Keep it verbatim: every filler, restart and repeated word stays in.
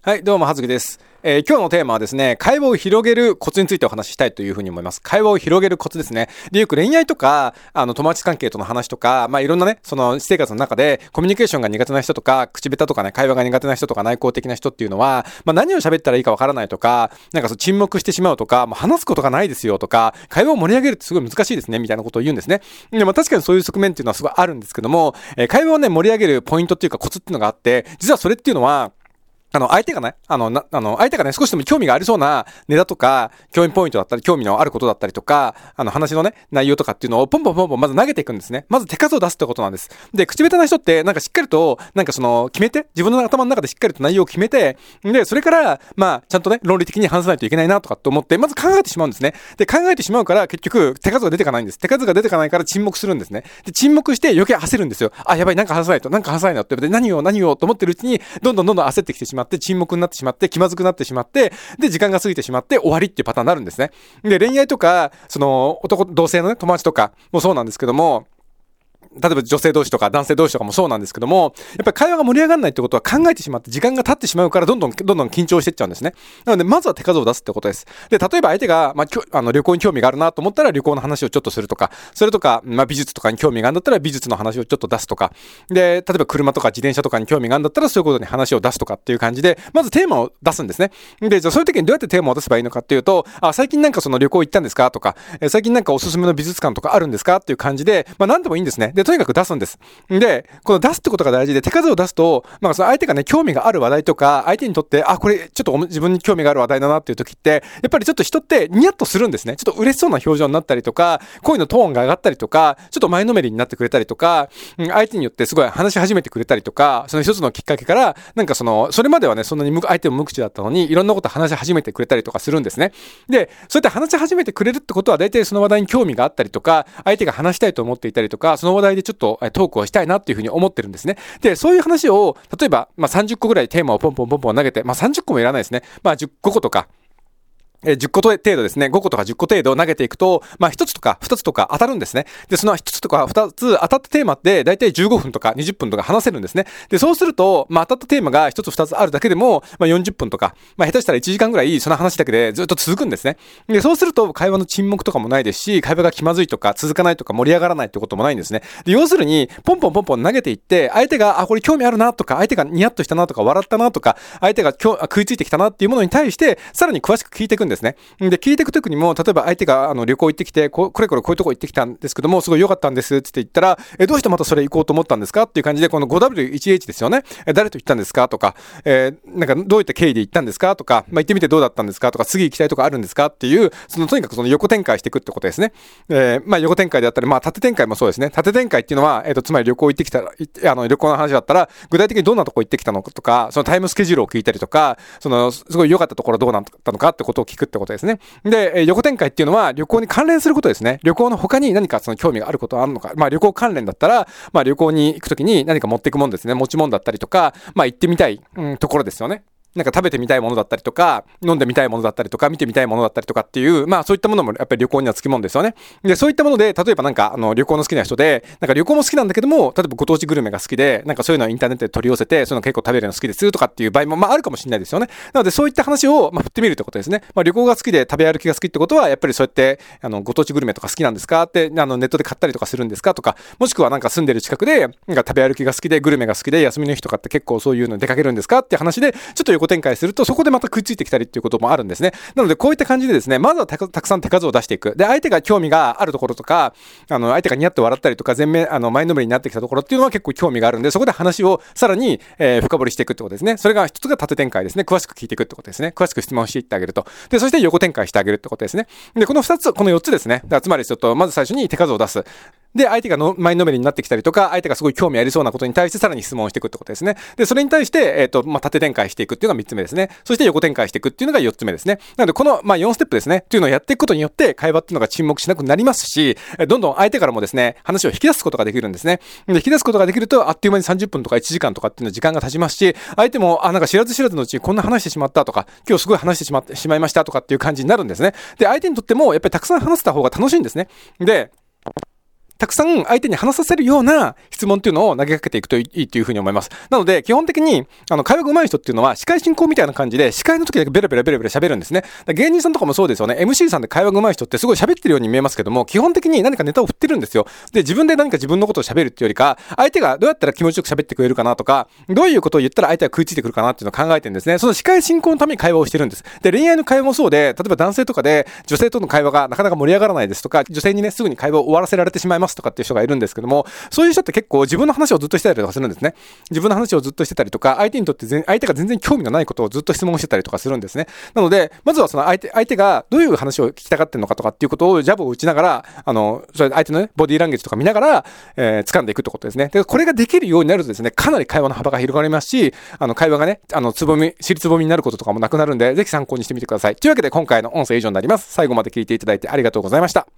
はい、どうも、はずきです。えー、今日のテーマはですね、会話を広げるコツについてお話ししたいというふうに思います。会話を広げるコツですね。で、よく恋愛とか、あの、友達関係との話とか、まあ、いろんなね、その、私生活の中で、コミュニケーションが苦手な人とか、口下手とかね、会話が苦手な人とか、内向的な人っていうのは、まあ、何を喋ったらいいかわからないとか、なんかそう、沈黙してしまうとか、もう話すことがないですよとか、会話を盛り上げるってすごい難しいですね、みたいなことを言うんですね。でも確かにそういう側面っていうのはすごいあるんですけども、えー、会話をね、盛り上げるポイントっていうかコツっていうのがあって、実はそれっていうのは、あの、相手がね、あの、な、あの、相手がね、少しでも興味がありそうなネタとか、興味ポイントだったり、興味のあることだったりとか、あの、話のね、内容とかっていうのをポンポンポンポンまず投げていくんですね。まず手数を出すってことなんです。で、口下手な人って、なんかしっかりと、なんかその、決めて、自分の頭の中でしっかりと内容を決めて、で、それから、まあ、ちゃんとね、論理的に話さないといけないなとかって思って、まず考えてしまうんですね。で、考えてしまうから、結局、手数が出てかないんです。手数が出てかないから沈黙するんですね。で、沈黙して余計焦るんですよ。あ、やばい、なんか話さないと、なんか話さないなって。で、何を、何をと思ってるうちに、どんどんどんどん焦ってきてしまって、沈黙になってしまって、気まずくなってしまって、で、時間が過ぎてしまって終わりっていうパターンになるんですね。で、恋愛とか、その、男、同性のね、友達とかもそうなんですけども、例えば女性同士とか男性同士とかもそうなんですけども、やっぱり会話が盛り上がらないってことは考えてしまって時間が経ってしまうからどんどんどんどん緊張していっちゃうんですね。なのでまずは手数を出すってことです。で、例えば相手が、まあ、あの旅行に興味があるなと思ったら旅行の話をちょっとするとか、それとか、まあ、美術とかに興味があるんだったら美術の話をちょっと出すとか、で、例えば車とか自転車とかに興味があるんだったらそういうことに話を出すとかっていう感じで、まずテーマを出すんですね。で、じゃあそういう時にどうやってテーマを出せばいいのかっていうと、あ、最近なんかその旅行行ったんですかとか、最近なんかおすすめの美術館とかあるんですかっていう感じで、まあ何でもいいんですね。で、とにかく出すんです。で、この出すってことが大事で、手数を出すと、まあその相手がね、興味がある話題とか、相手にとって、あ、これちょっと自分に興味がある話題だなっていう時って、やっぱりちょっと人ってニヤッとするんですね。ちょっと嬉しそうな表情になったりとか、声のトーンが上がったりとか、ちょっと前のめりになってくれたりとか、相手によってすごい話し始めてくれたりとか、その一つのきっかけから、なんかその、それまではね、そんなに相手も無口だったのに、いろんなこと話し始めてくれたりとかするんですね。で、そうやって話し始めてくれるってことは、大体その話題に興味があったりとか、相手が話したいと思っていたりとか、その話題でちょっとトークをしたいなっていうふうに思ってるんですね。で、そういう話を、例えば、まあ、さんじゅっこぐらいテーマをポンポンポンポン投げて、まあ、さんじゅっこもいらないですね。まあ、じゅっこことか、えー、じゅっこと程度ですね。ごことかじゅっこ程度投げていくと、まあひとつとかふたつとか当たるんですね。で、そのひとつとかふたつ当たったテーマってだいたいじゅうごふんとかにじゅっぷんとか話せるんですね。で、そうすると、まあ当たったテーマがひとつふたつあるだけでも、まあよんじゅっぷんとか、まあ下手したらいちじかんぐらいその話だけでずっと続くんですね。で、そうすると会話の沈黙とかもないですし、会話が気まずいとか続かないとか盛り上がらないってこともないんですね。で、要するに、ポンポンポンポン投げていって、相手が、あ、これ興味あるなとか、相手がニヤッとしたなとか、笑ったなとか、相手が食いついてきたなっていうものに対して、さらに詳しく聞いていくんですね。で、聞いていくときにも、例えば相手があの旅行行ってきて、こ, これこれこういうとこ行ってきたんですけども、すごい良かったんですって言ったら、え、どうしてまたそれ行こうと思ったんですかっていう感じで、この ごダブリューワンエイチ ですよね。え、誰と行ったんですかとか、えー、なんかどういった経緯で行ったんですかとか、まあ、行ってみてどうだったんですかとか、次行きたいとこあるんですかっていう、そのとにかくその横展開していくってことですね。えー、まあ横展開であったり、まあ縦展開もそうですね。縦展開っていうのは、えっと、つまり旅行行ってきたら、あの旅行の話だったら、具体的にどんなとこ行ってきたのかとか、そのタイムスケジュールを聞いたりとか、そのすごい良かったところどうなったのかってことを聞くってことですね。で、横展開っていうのは旅行に関連することですね。旅行の他に何かその興味があることはあるのか。まあ旅行関連だったら、まあ旅行に行くときに何か持っていくものですね。持ち物だったりとか、まあ行ってみたい、うん、ところですよね。なんか食べてみたいものだったりとか、飲んでみたいものだったりとか、見てみたいものだったりとかっていう、まあそういったものもやっぱり旅行にはつきもんですよね。で、そういったもので、例えばなんかあの旅行の好きな人で、なんか旅行も好きなんだけども、例えばご当地グルメが好きで、なんかそういうのをインターネットで取り寄せて、そういうの結構食べるの好きですとかっていう場合もまああるかもしれないですよね。なのでそういった話をまあ振ってみるってことですね。まあ旅行が好きで食べ歩きが好きってことは、やっぱりそうやってあのご当地グルメとか好きなんですかって、あのネットで買ったりとかするんですかとか、もしくはなんか住んでる近くで、なんか食べ歩きが好きでグルメが好きで休みの日とかって結構そういうの出かけるんですかって話で、ちょっと横展開すると、そこここでまた食いついてきたりっていうこともあるんですね。なのでこういった感じでですね、まずはたくさん手数を出していく。で、相手が興味があるところとか、あの相手がニヤッと笑ったりとか、全面あの前のめりになってきたところっていうのは結構興味があるんで、そこで話をさらに、えー、深掘りしていくってことですね。それが一つが縦展開ですね。詳しく聞いていくってことですね。詳しく質問していってあげると。で、そして横展開してあげるってことですね。で、この二つ、この四つですね。だからつまりちょっとまず最初に手数を出す。で、相手がの前のめりになってきたりとか、相手がすごい興味ありそうなことに対してさらに質問していくってことですね。で、それに対して、えっと、まあ、縦展開していくっていうのがみっつめですね。そして横展開していくっていうのがよっつめですね。なので、この、まあ、よんステップですね。っていうのをやっていくことによって、会話っていうのが沈黙しなくなりますし、どんどん相手からもですね、話を引き出すことができるんですね。で、引き出すことができると、あっという間にさんじゅっぷんとかいちじかんとかっていうの時間が経ちますし、相手も、あ、なんか知らず知らずのうちにこんな話してしまったとか、今日すごい話してしまってしまいましたとかっていう感じになるんですね。で、相手にとっても、やっぱりたくさん話せた方が楽しいんですね。で、 たくさん相手に話させるような質問っていうのを投げかけていくといいというふうに思います。なので、基本的に、あの、会話が上手い人っていうのは、司会進行みたいな感じで、司会の時だけベラベラベラベラ喋るんですね。芸人さんとかもそうですよね。エムシー さんで会話が上手い人ってすごい喋ってるように見えますけども、基本的に何かネタを振ってるんですよ。で、自分で何か自分のことを喋るっていうよりか、相手がどうやったら気持ちよく喋ってくれるかなとか、どういうことを言ったら相手が食いついてくるかなっていうのを考えてるんですね。その司会進行のために会話をしてるんです。で、恋愛の会話もそうで、例えば男性とかで女性との会話がなかなか盛り上がらないですとか、女性にね、すぐに会話を終わらせられてしまいますとかっていう人がいるんですけども、そういう人って結構自分の話をずっとしてたりとかするんですね。自分の話をずっとしてたりとか、相手にとって全相手が全然興味がないことをずっと質問してたりとかするんですね。なので、まずはその相手、相手がどういう話を聞きたがってるのかとかっていうことをジャブを打ちながら、あの、それ相手のね、ボディーランゲージとか見ながら、えー、掴んでいくってことですね。で、これができるようになるとですね、かなり会話の幅が広がりますし、あの、会話がね、あの、つぼみ、尻つぼみになることとかもなくなるんで、ぜひ参考にしてみてください。というわけで今回の音声以上になります。最後まで聞いていただいてありがとうございました。